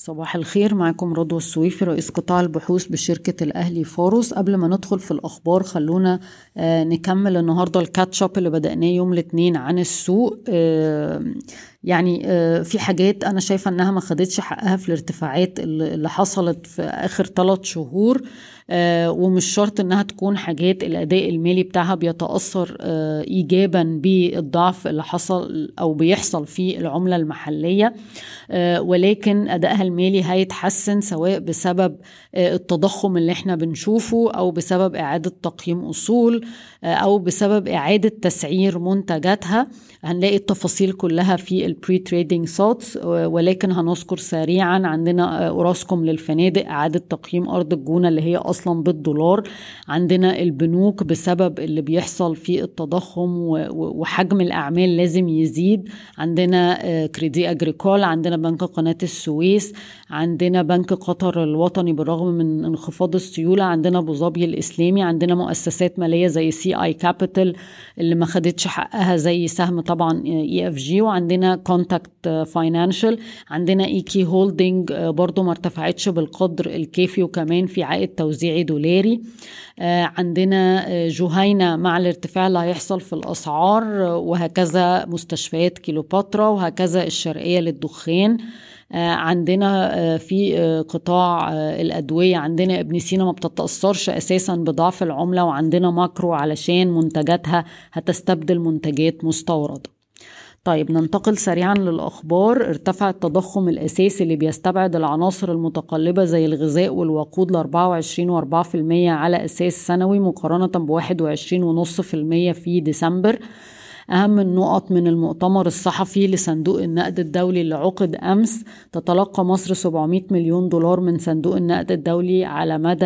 صباح الخير، معكم رضوى السويفي رئيس قطاع البحوث بشركة الأهلي فورس. قبل ما ندخل في الأخبار خلونا نكمل النهاردة الكاتشاب اللي بدأناه يوم الاثنين عن السوق. يعني في حاجات أنا شايفة أنها ما خدتش حقها في الارتفاعات اللي حصلت في آخر 3 شهور، ومش شرط أنها تكون حاجات الأداء المالي بتاعها بيتأثر إيجابا بالضعف اللي حصل أو بيحصل في العملة المحلية، ولكن أدائها المالي هيتحسن سواء بسبب التضخم اللي احنا بنشوفه أو بسبب إعادة تقييم أصول أو بسبب إعادة تسعير منتجاتها. هنلاقي التفاصيل كلها في البري تريدينج ثوتس، ولكن هنذكر سريعا عندنا أوراسكوم للفنادق إعادة تقييم أرض الجونة اللي هي أصلا بالدولار. عندنا البنوك بسبب اللي بيحصل في التضخم وحجم الأعمال لازم يزيد. عندنا كريدي أجريكول، عندنا بنك قناة السويس، عندنا بنك قطر الوطني بالرغم من انخفاض السيولة، عندنا أبو ظبي الإسلامي، عندنا مؤسسات مالية زي سي اي كابيتال اللي ما خدتش حقها زي سهم طبعا اي اف جي، وعندنا كونتاكت فاينانشال، عندنا اي كي هولدنج برضو ما ارتفعتش بالقدر الكافي وكمان في عائد توزيعي دولاري. عندنا جهينة مع الارتفاع اللي هيحصل في الأسعار، وهكذا مستشفيات كيلوباترا، وهكذا الشرقية للدخان. عندنا في قطاع الأدوية عندنا ابن سينا ما بتتأثرش أساسا بضعف العملة، وعندنا ماكرو علشان منتجاتها هتستبدل منتجات مستوردة. طيب ننتقل سريعا للأخبار. ارتفع التضخم الأساسي اللي بيستبعد العناصر المتقلبة زي الغذاء والوقود ل24.4% على أساس سنوي مقارنة ب21.5% في ديسمبر. أهم النقط من المؤتمر الصحفي لصندوق النقد الدولي اللي عقد أمس: تتلقى مصر 700 مليون دولار من صندوق النقد الدولي على مدى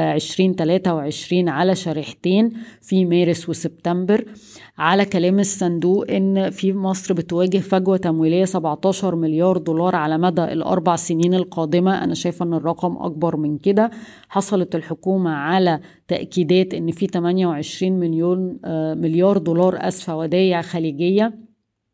2023 على شريحتين في مارس وسبتمبر. على كلام الصندوق إن في مصر بتواجه فجوة تمويلية 17 مليار دولار على مدى ال4 سنين القادمة. أنا شايفة أن الرقم أكبر من كده. حصلت الحكومة على تأكيدات إن في 28 مليار دولار ودايع خليجية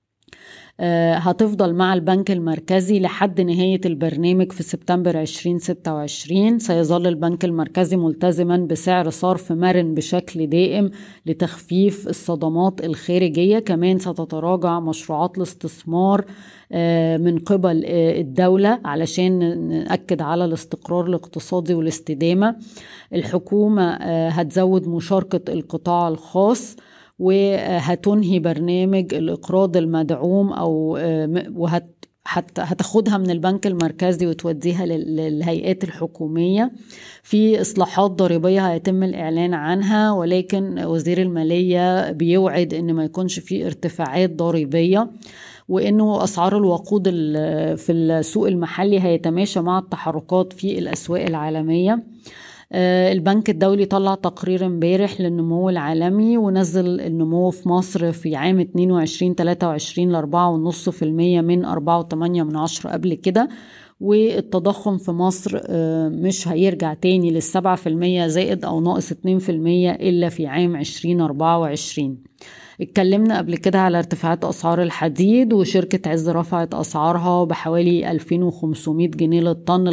هتفضل مع البنك المركزي لحد نهاية البرنامج في سبتمبر 2026. سيظل البنك المركزي ملتزما بسعر صرف مرن بشكل دائم لتخفيف الصدمات الخارجية. كمان ستتراجع مشروعات الاستثمار من قبل الدولة علشان نأكد على الاستقرار الاقتصادي والاستدامة. الحكومة هتزود مشاركة القطاع الخاص، وهتنهي برنامج الإقراض المدعوم هتاخدها من البنك المركزي وتوديها للهيئات الحكومية. في إصلاحات ضريبية هيتم الإعلان عنها، ولكن وزير المالية بيوعد إن ما يكونش فيه ارتفاعات ضريبية، وإنه أسعار الوقود في السوق المحلي هيتماشى مع التحركات في الأسواق العالمية. البنك الدولي طلع تقرير امبارح للنمو العالمي ونزل النمو في مصر في عام 22-23 ل4.5% من 4.8 قبل كده، والتضخم في مصر مش هيرجع تاني لل7% زائد أو ناقص 2% إلا في عام 2024. اتكلمنا قبل كده على ارتفاعات أسعار الحديد، وشركة عز رفعت أسعارها بحوالي 2500 جنيه للطن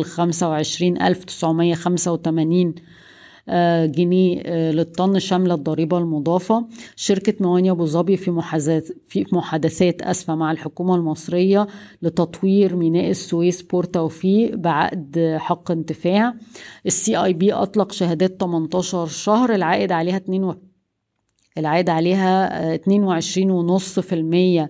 ل25,985 جنيه للطن شاملة الضريبة المضافة. شركة مواني أبو ظبي في محادثات مع الحكومة المصرية لتطوير ميناء السويس بورت توفيق بعقد حق انتفاع. السي اي بي أطلق شهادات 18 شهر العائد عليها 22.5%،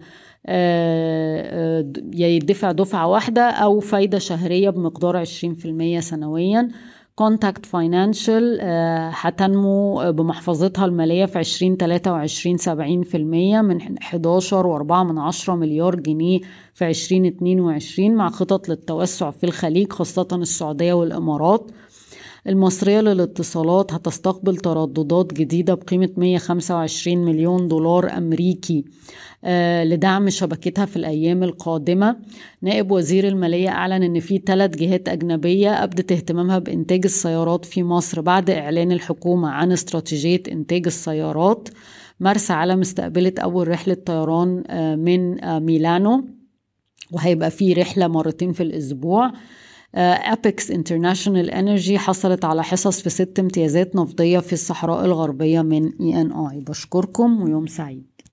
يدفع دفعة واحدة أو فايدة شهرية بمقدار 20% سنويا. كونتاكت فاينانشال هتنمو بمحفظتها المالية في 2023 70% من 11.4 مليار جنيه في 2022 مع خطط للتوسع في الخليج خاصة السعودية والإمارات. المصرية للاتصالات هتستقبل ترددات جديدة بقيمة 125 مليون دولار أمريكي لدعم شبكتها في الأيام القادمة. نائب وزير المالية أعلن أن في 3 جهات أجنبية أبدت اهتمامها بإنتاج السيارات في مصر بعد إعلان الحكومة عن استراتيجية إنتاج السيارات. مرسى علم استقبلت أول رحلة طيران من ميلانو، وهيبقى في رحلة مرتين في الأسبوع. أبيكس انترناشونال انرجي حصلت على حصص في 6 امتيازات نفطية في الصحراء الغربية من ENI. بشكركم ويوم سعيد.